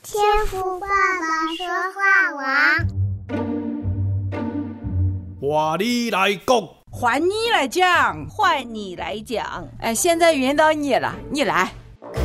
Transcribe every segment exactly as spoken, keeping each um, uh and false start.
天父爸爸说话王， 话你来讲， 换你来讲，换你来讲。 哎，现在轮到你了，你来。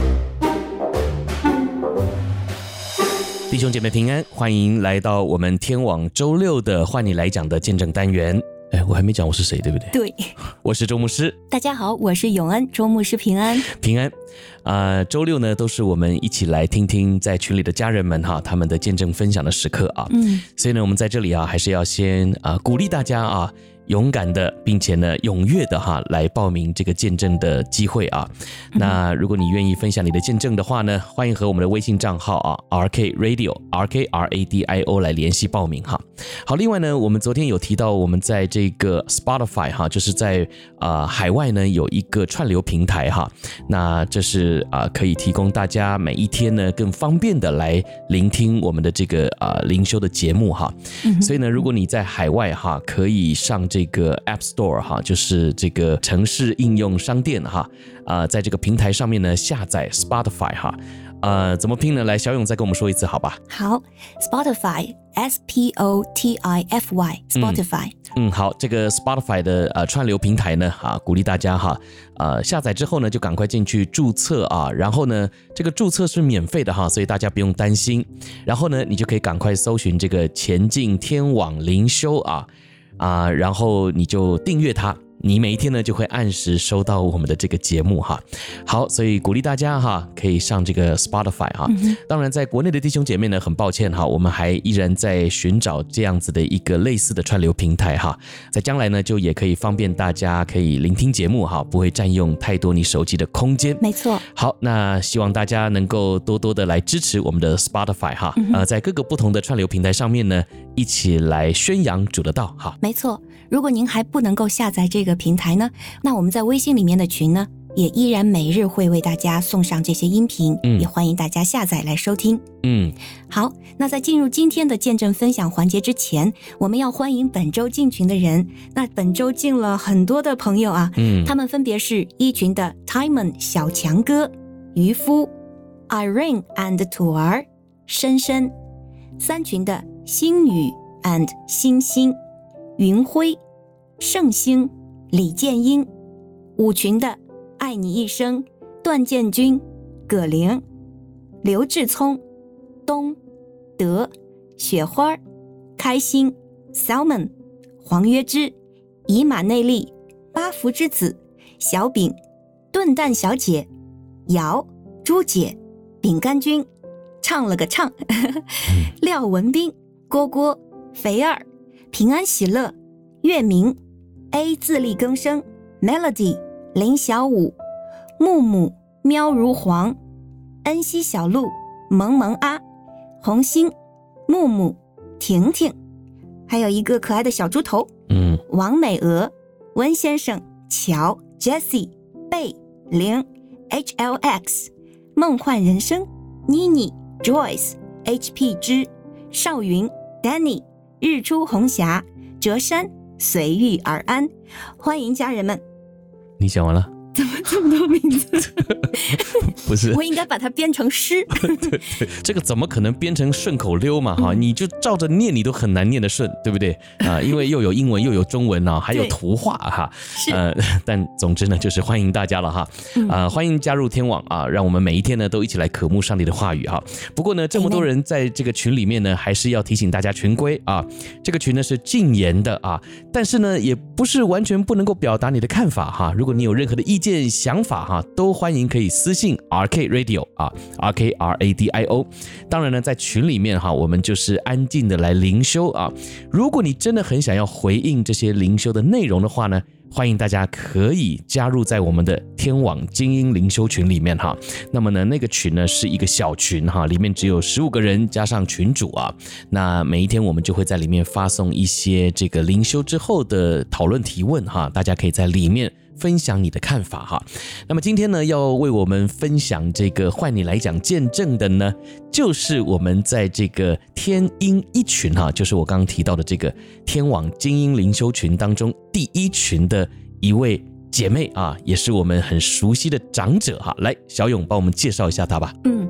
弟兄姐妹平安，欢迎来到我们天网周六的换你来讲的见证单元。哎，我还没讲我是谁，对不对？ 对， 我是周牧师。 大家好，我是永恩，周牧师平安。 平安。呃，周六呢，都是我们一起来听听在群里的家人们哈，他们的见证分享的时刻啊。嗯，所以呢，我们在这里啊，还是要先啊鼓励大家啊。勇敢的并且呢踊跃的哈来报名这个见证的机会啊。那如果你愿意分享你的见证的话呢，欢迎和我们的微信账号啊 R K Radio R K R A D I O 来联系报名哈。好，另外呢，我们昨天有提到我们在这个 Spotify 哈，就是在呃海外呢有一个串流平台哈。那这是啊、呃、可以提供大家每一天呢更方便的来聆听我们的这个呃灵修的节目哈。所以呢，如果你在海外哈，可以上这个 App Store 哈，就是这个城市应用商店哈，啊、呃，在这个平台上面呢下载 Spotify 哈，呃，怎么拼呢？来，小勇再跟我们说一次，好吧？ 好 ，Spotify S P O T I F Y Spotify。 嗯, 嗯，好，这个 Spotify 的呃串流平台呢，啊，鼓励大家哈，呃，下载之后呢，就赶快进去注册啊，然后呢，这个注册是免费的哈，所以大家不用担心。然后呢，你就可以赶快搜寻这个前进天网灵修啊。啊，然后你就订阅它，你每一天呢就会按时收到我们的这个节目哈。好，所以鼓励大家哈，可以上这个 Spotify 哈。嗯、当然，在国内的弟兄姐妹呢，很抱歉哈，我们还依然在寻找这样子的一个类似的串流平台哈。在将来呢，就也可以方便大家可以聆听节目哈，不会占用太多你手机的空间。 没错。 好，那希望大家能够多多的来支持我们的 Spotify 哈。嗯、呃，在各个不同的串流平台上面呢，一起来宣扬主的道哈。 没错，如果您还不能够下载这个平台呢，那我们在微信里面的群呢，也依然每日会为大家送上这些音频，嗯、也欢迎大家下载来收听。嗯，好，那在进入今天的见证分享环节之前，我们要欢迎本周进群的人。那本周进了很多的朋友啊，嗯，他们分别是一群的 Timon 小强哥、渔夫、Irene and 土儿、深深；三群的星宇 and 星星、云辉、盛星、李建英；五群的爱你一生、段建军、葛玲、刘志聪、东、德、雪花、开心、Salmon、黄约之、以马内利、八福之子、小饼、炖蛋小姐、瑶、朱姐、饼干君、唱了个唱廖文斌、郭郭、肥儿、平安喜乐、月明、A 自力更生、Melody、林小武、木木、喵如黄、恩熙小鹿、萌萌啊、红星、木木、婷婷，还有一个可爱的小猪头，嗯，王美娥、温先生、乔、Jessie、贝、玲、H L X、梦幻人生、妮妮、Joyce、H P 之、少云、Danny、日出红霞、哲山、随遇而安。欢迎家人们。 你讲完了？ 怎么这么多名字？ 不是， 我应该把它编成诗。 对对，这个怎么可能编成顺口溜嘛？哈、嗯，你就照着念，你都很难念得顺，对不对？啊，因为又有英文又有中文啊，还有图画哈。是。呃，但总之呢，就是欢迎大家了哈。啊、呃，欢迎加入天网啊，让我们每一天呢都一起来渴慕上帝的话语哈。不过呢，这么多人在这个群里面呢，还是要提醒大家群规啊。这个群呢是禁言的啊，但是呢也不是完全不能够表达你的看法哈。如果你有任何的意见、想法哈，都欢迎可以私信 R K Radio 啊 ，R K R A D I O。当然呢，在群里面哈，我们就是安静的来灵修啊。如果你真的很想要回应这些灵修的内容的话呢，欢迎大家可以加入在我们的天网精英灵修群里面哈。那么呢，那个群呢是一个小群哈，里面只有十五个人加上群主啊。那每一天我们就会在里面发送一些这个灵修之后的讨论提问哈，大家可以在里面分享你的看法哈。那么今天呢，要为我们分享这个换你来讲见证的呢，就是我们在这个天鹰一群哈，就是我刚刚提到的这个天网精英灵修群当中第一群的一位姐妹啊，也是我们很熟悉的长者哈。来，小勇帮我们介绍一下她吧。 嗯，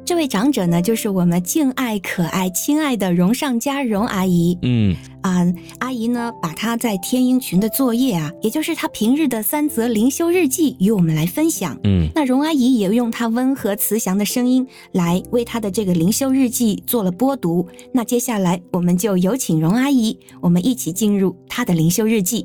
这位长者呢，就是我们敬爱、可爱、亲爱的荣上家荣阿姨。 嗯啊、呃，阿姨呢，把她在天鹰群的作业啊，也就是她平日的三则灵修日记，与我们来分享。 嗯， 那荣阿姨也用她温和慈祥的声音来为她的这个灵修日记做了播读。那接下来我们就有请荣阿姨，我们一起进入她的灵修日记。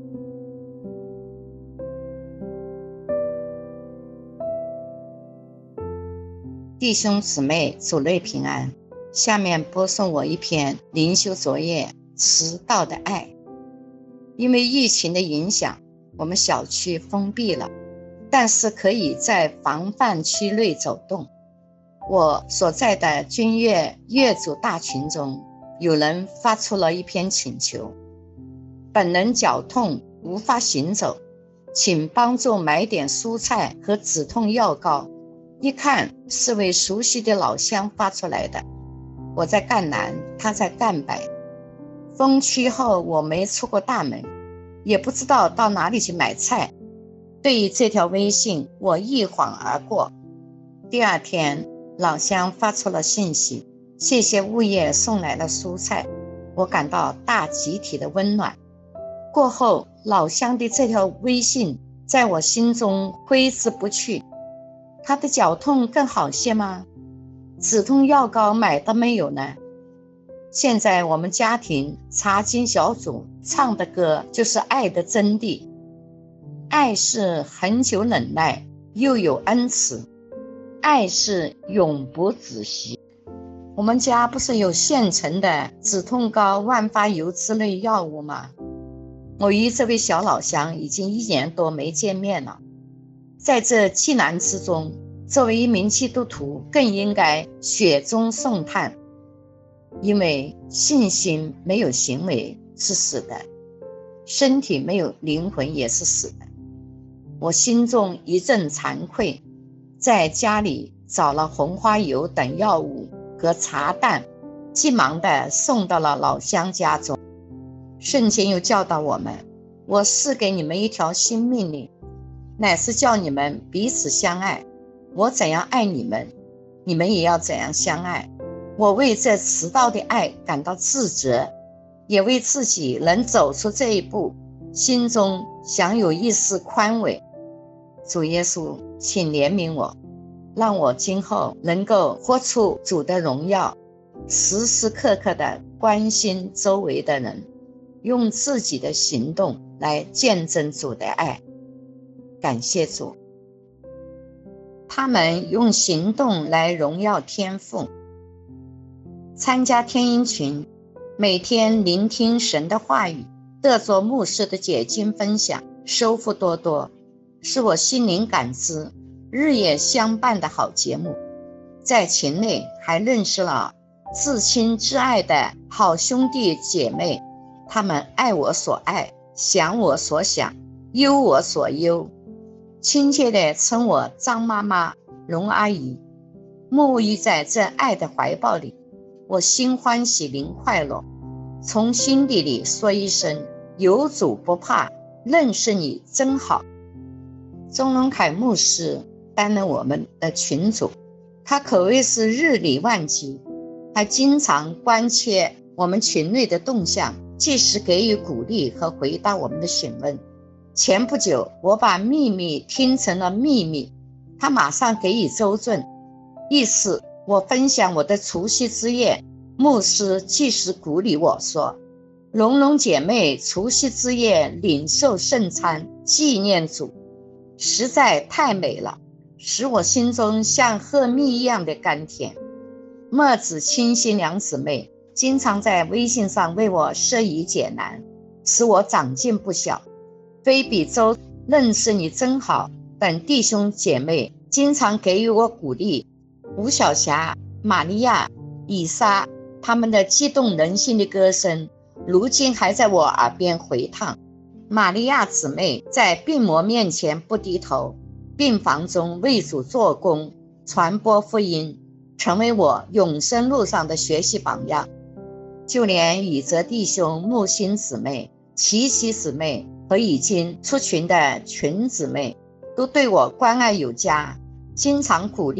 弟兄姊妹，主内平安。下面播送我一篇灵修作业，迟到的爱。因为疫情的影响，我们小区封闭了，但是可以在防范区内走动。我所在的君悦月主大群中，有人发出了一篇请求：本人脚痛无法行走，请帮助买点蔬菜和止痛药膏。一看是位熟悉的老乡发出来的。我在赣南，他在赣北。封区后我没出过大门，也不知道到哪里去买菜。对于这条微信，我一晃而过。第二天，老乡发出了信息，谢谢物业送来了蔬菜，我感到大集体的温暖。过后，老乡的这条微信在我心中挥之不去。他的脚痛更好些吗？止痛药膏买到没有呢？现在我们家庭查经小组唱的歌就是爱的真谛。爱是恒久忍耐，又有恩慈；爱是永不止息。我们家不是有现成的止痛膏、万发油之类药物吗？我与这位小老乡已经一年多没见面了。在这艰难之中，作为一名基督徒，更应该雪中送炭，因为信心没有行为是死的，身体没有灵魂也是死的。我心中一阵惭愧，在家里找了红花油等药物和茶蛋，急忙地送到了老乡家中。圣经又教导我们：我赐给你们一条新命令，乃是叫你们彼此相爱。我怎样爱你们，你们也要怎样相爱。我为这迟到的爱感到自责，也为自己能走出这一步，心中想有一丝宽慰。主耶稣，请怜悯我，让我今后能够活出主的荣耀，时时刻刻地关心周围的人，用自己的行动来见证主的爱。感谢主。他们用行动来荣耀天父。参加天鹰群，每天聆听神的话语，得着牧师的解经分享，收获多多，是我心灵感知日夜相伴的好节目。在群内还认识了至亲至爱的好兄弟姐妹，他们爱我所爱，想我所想，忧我所忧，亲切地称我张妈妈、荣阿姨。沐浴在这爱的怀抱里，我心欢喜灵快乐，从心底里说一声有主不怕，认识你真好。钟荣凯牧师担任我们的群主，他可谓是日理万机，还经常关切我们群内的动向，及时给予鼓励和回答我们的询问。前不久我把秘密听成了秘密，他马上给予周正。一次我分享我的除夕之夜，牧师即时鼓励我说：荣荣姐妹除夕之夜领受圣餐，纪念主，实在太美了，使我心中像喝蜜一样的甘甜。墨子清心两姊妹经常在微信上为我设疑解难，使我长进不小。菲比周认识你真好等弟兄姐妹经常给予我鼓励。吴小霞、玛利亚、以撒他们的激动人心的歌声如今还在我耳边回荡。玛利亚姊妹在病魔面前不低头，病房中为主做工，传播福音，成为我永生路上的学习榜样。就连宇泽弟兄、木星姊妹、琪琪姊妹和已经出群的群姊妹都对我关爱有加，经常鼓励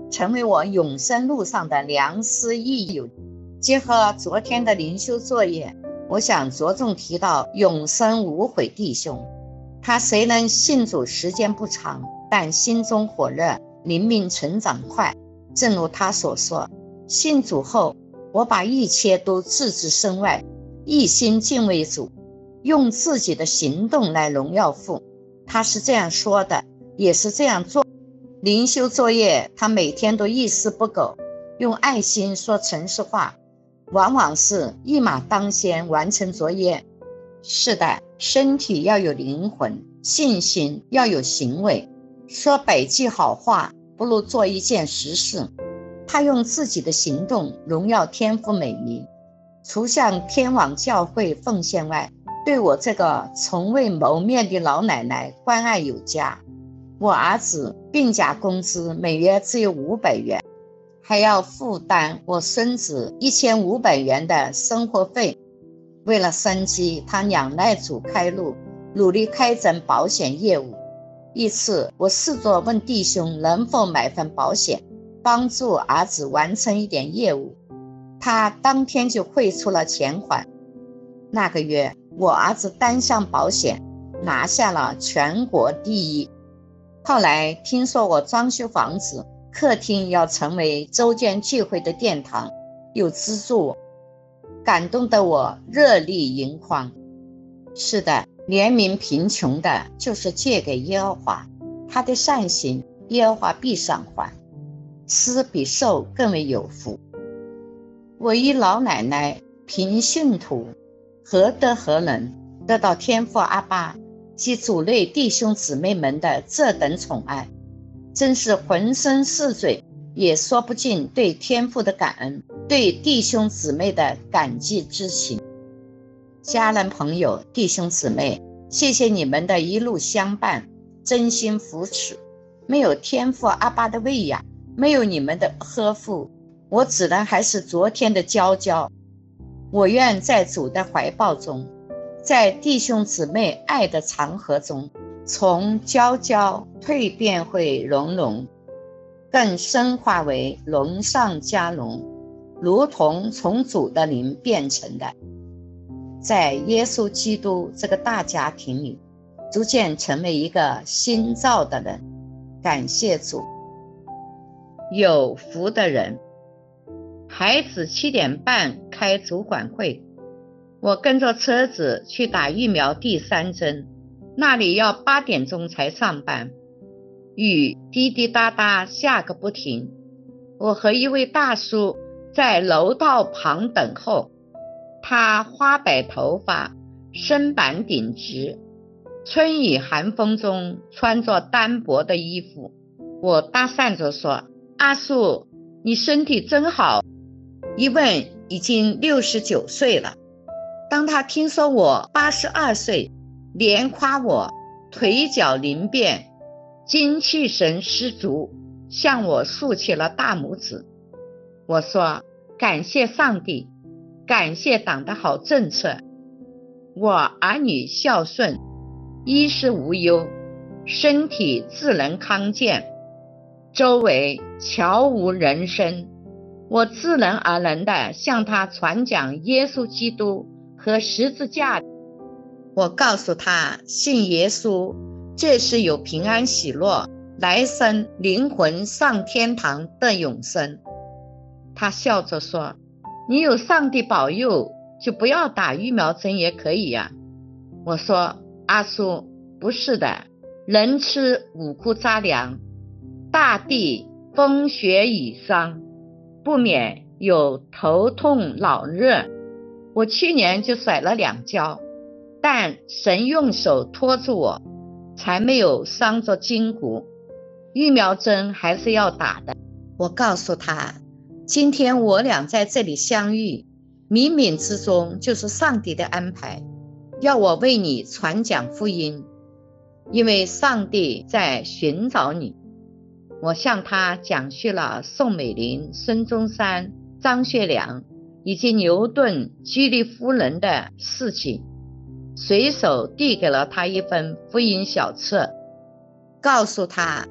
成为我永生路上的良师益友。结合昨天的灵修作业，我想着重提到永生无悔弟兄。他虽然信主时间不长，但心中火热，灵命成长快。正如他所说，信主后，我把一切都置之身外，一心敬畏主，用自己的行动来荣耀父。他是这样说的，也是这样做。灵修作业，他每天都一丝不苟，用爱心说诚实话，往往是一马当先完成作业。是的，身体要有灵魂，信心要有行为。说百句好话不如做一件实事。他用自己的行动荣耀天父美名。除向天网教会奉献外，对我这个从未谋面的老奶奶关爱有加。我儿子病假工资每月只有五百元，还要负担我孙子一千五百元的生活费。为了生计，他仰赖主开路，努力开展保险业务。一次，我试着问弟兄能否买份保险，帮助儿子完成一点业务。他当天就汇出了钱款。那个月，我儿子单项保险拿下了全国第一。后来听说我装修房子，客厅要成为周间聚会的殿堂，有资助，感动得我热泪盈眶。是的，怜悯贫穷的，就是借给耶和华，他的善行耶和华必赏还，施比受更为有福。我一老奶奶凭信徒何德何能，得到天父阿爸及主内弟兄姊妹们的这等宠爱，真是浑身是嘴也说不尽对天父的感恩，对弟兄姊妹的感激之情。家人朋友弟兄姊妹，谢谢你们的一路相伴，真心扶持。没有天父阿爸的喂养，没有你们的呵护，我只能还是昨天的娇娇。我愿在主的怀抱中，在弟兄姊妹爱的长河中，从娇娇蜕变会融融，更深化为龙上加龙，如同从主的灵变成的。在耶稣基督这个大家庭里，逐渐成为一个新造的人。感谢主。有福的人。孩子七点半开主管会，我跟着车子去打疫苗第三针，那里要八点钟才上班，雨滴滴答答下个不停。我和一位大叔在楼道旁等候，他花白头发，身板挺直，春雨寒风中穿着单薄的衣服。我搭讪着说，阿叔，你身体真好。一问已经六十九岁了。当他听说我八十二岁，连夸我腿脚灵便，精气神十足，向我竖起了大拇指。我说，感谢上帝，感谢党的好政策，我儿女孝顺，衣食无忧，身体自能康健，周围悄无人声，我自然而然地向他传讲耶稣基督和十字架。我告诉他，信耶稣，这是有平安喜乐，来生灵魂上天堂的永生。他笑着说，你有上帝保佑，就不要打疫苗针也可以呀。我说，阿叔，不是的，人吃五谷杂粮，大地风雪雨霜，不免有头痛脑热。我去年就甩了两跤，但神用手托住我，才没有伤着筋骨。疫苗针还是要打的。我告诉他，今天我俩在这里相遇，冥冥之中就是上帝的安排，要我为你传讲福音，因为上帝在寻找你。我向他讲述了宋美龄、孙中山、张学良以及牛顿、居里夫人的事情，随手递给了他一份福音小册，告诉他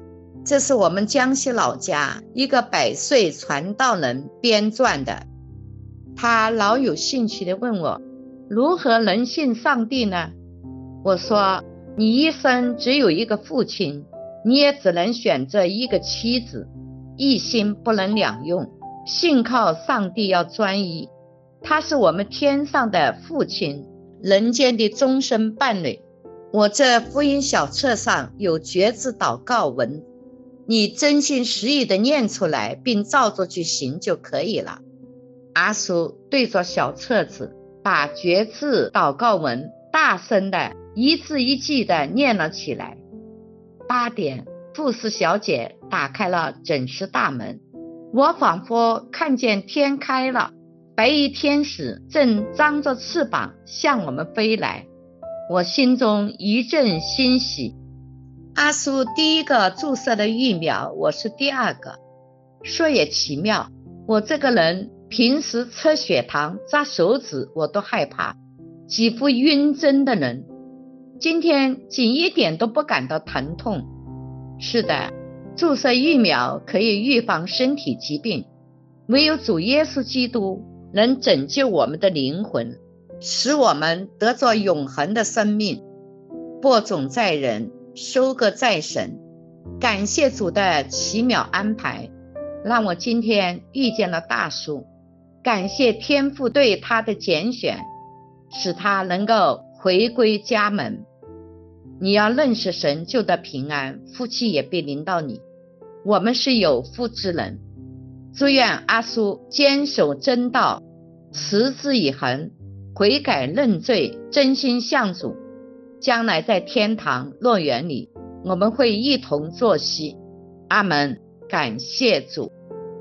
这是我们江西老家一个百岁传道人编撰的。他老有兴趣地问我，如何能信上帝呢？我说，你一生只有一个父亲，你也只能选择一个妻子，一心不能两用。信靠上帝要专一，他是我们天上的父亲，人间的终身伴侣。我这福音小册上有决志祷告文，你真心实意的念出来并照着去行就可以了。阿叔对着小册子，把决志祷告文大声的一字一句的念了起来。八点，护士小姐打开了诊室大门，我仿佛看见天开了，白衣天使正张着翅膀向我们飞来，我心中一阵欣喜。阿叔第一个注射的疫苗，我是第二个。说也奇妙，我这个人平时测血糖扎手指我都害怕，几乎晕针的人，今天仅一点都不感到疼痛。是的，注射疫苗可以预防身体疾病，唯有主耶稣基督能拯救我们的灵魂，使我们得着永恒的生命。播种在人，收割在神。感谢主的奇妙安排，让我今天遇见了大叔。感谢天父对他的拣选，使他能够回归家门。你要认识神就得平安，福气也必临到你。我们是有福之人。祝愿阿叔坚守真道，持之以恒，悔改认罪，真心向主。将来在天堂乐园里，我们会一同作息。阿们。感谢主。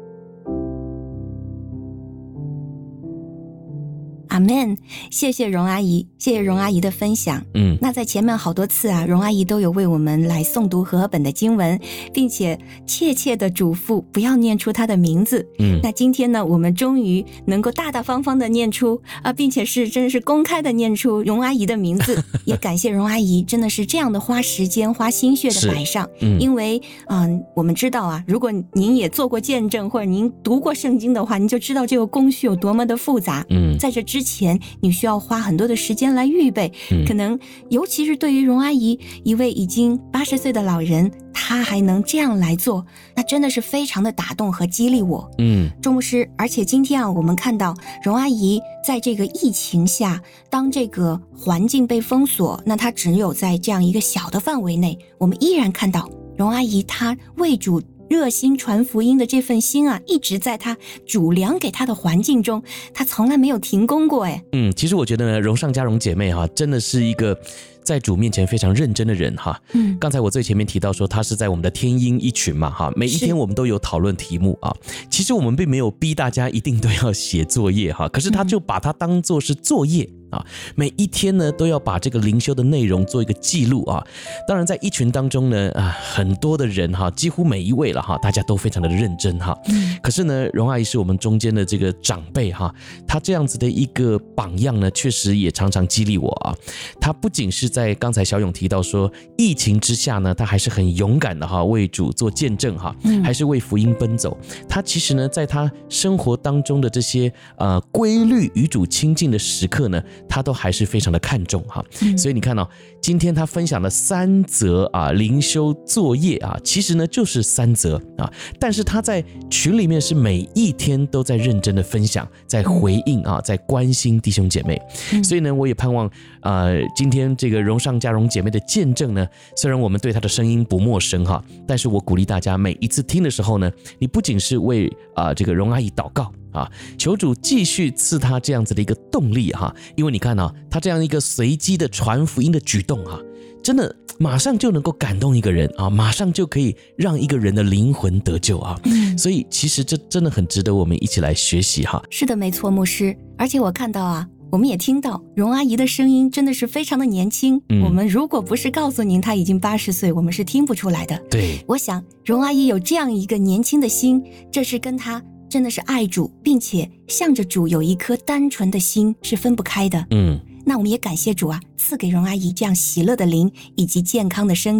阿们，谢谢荣阿姨，谢谢荣阿姨的分享。嗯，那在前面好多次啊，荣阿姨都有为我们来诵读和合本的经文，并且切切的嘱咐不要念出她的名字。嗯，那今天呢，我们终于能够大大方方的念出啊，并且是真的是公开的念出荣阿姨的名字，也感谢荣阿姨真的是这样的花时间花心血的摆上。嗯，因为嗯、呃，我们知道啊，如果您也做过见证或者您读过圣经的话，您就知道这个工序有多么的复杂。嗯，在这之前你需要花很多的时间来预备，嗯，可能尤其是对于荣阿姨一位已经八十岁的老人，她还能这样来做，那真的是非常的打动和激励我。嗯，周牧师，而且今天啊，我们看到荣阿姨在这个疫情下，当这个环境被封锁，那她只有在这样一个小的范围内，我们依然看到荣阿姨她为主热心传福音的这份心啊，一直在他主粮给他的环境中，他从来没有停工过。哎，嗯， 其实我觉得呢，荣上加荣姐妹哈，真的是一个在主面前非常认真的人哈。嗯，刚才我最前面提到说，他是在我们的天鹰一群嘛哈，每一天我们都有讨论题目啊。其实我们并没有逼大家一定都要写作业哈，可是他就把它当作是作业。啊，每一天呢都要把这个灵修的内容做一个记录啊。当然在一群当中呢啊，很多的人哈，几乎每一位了哈，大家都非常的认真哈。嗯，可是呢，荣阿姨是我们中间的这个长辈哈，她这样子的一个榜样呢，确实也常常激励我啊。她不仅是在刚才小勇提到说疫情之下呢，她还是很勇敢的哈，为主做见证哈，还是为福音奔走。她其实呢，在她生活当中的这些呃规律与主亲近的时刻呢，他都还是非常的看重哈。嗯，所以你看哦，今天他分享了三则啊灵修作业啊，其实呢就是三则啊，但是他在群里面是每一天都在认真的分享，在回应啊，在关心弟兄姐妹。嗯，所以呢，我也盼望呃今天这个荣上加荣姐妹的见证呢，虽然我们对她的声音不陌生哈，但是我鼓励大家每一次听的时候呢，你不仅是为啊、呃、这个荣阿姨祷告。啊，求主继续赐他这样子的一个动力哈，因为你看啊，他这样一个随机的传福音的举动哈，真的马上就能够感动一个人啊，马上就可以让一个人的灵魂得救啊。嗯，所以其实这真的很值得我们一起来学习哈。 是的，没错，牧师。而且我看到啊，我们也听到荣阿姨的声音真的是非常的年轻。嗯，我们如果不是告诉您她已经八十岁，我们是听不出来的。对，我想荣阿姨有这样一个年轻的心，这是跟她真的是爱主，并且向着主有一颗单纯的心是分不开的。嗯，那我们也感谢主啊，赐给荣阿姨这样喜乐的灵以及健康的身体。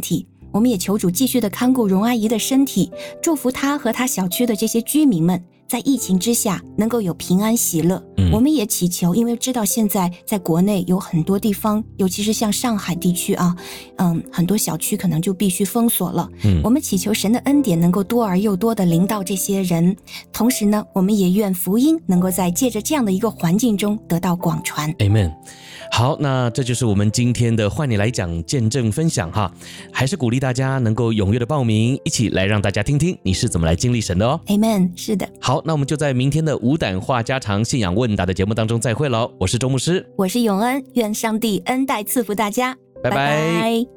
我们也求主继续的看顾荣阿姨的身体，祝福她和她小区的这些居民们在疫情之下能够有平安喜乐、嗯、我们也祈求，因为知道现在在国内有很多地方，尤其是像上海地区啊，嗯，很多小区可能就必须封锁了、嗯、我们祈求神的恩典能够多而又多的临到这些人，同时呢，我们也愿福音能够在借着这样的一个环境中得到广传。 Amen。 好，那这就是我们今天的换你来讲见证分享哈，还是鼓励大家能够踊跃的报名，一起来让大家听听你是怎么来经历神的哦。 Amen。 是的。 好，那我们就在明天的无胆话家常信仰问答的节目当中再会咯。我是周牧师， 我是永恩，愿上帝恩待赐福大家， 拜拜。 拜拜。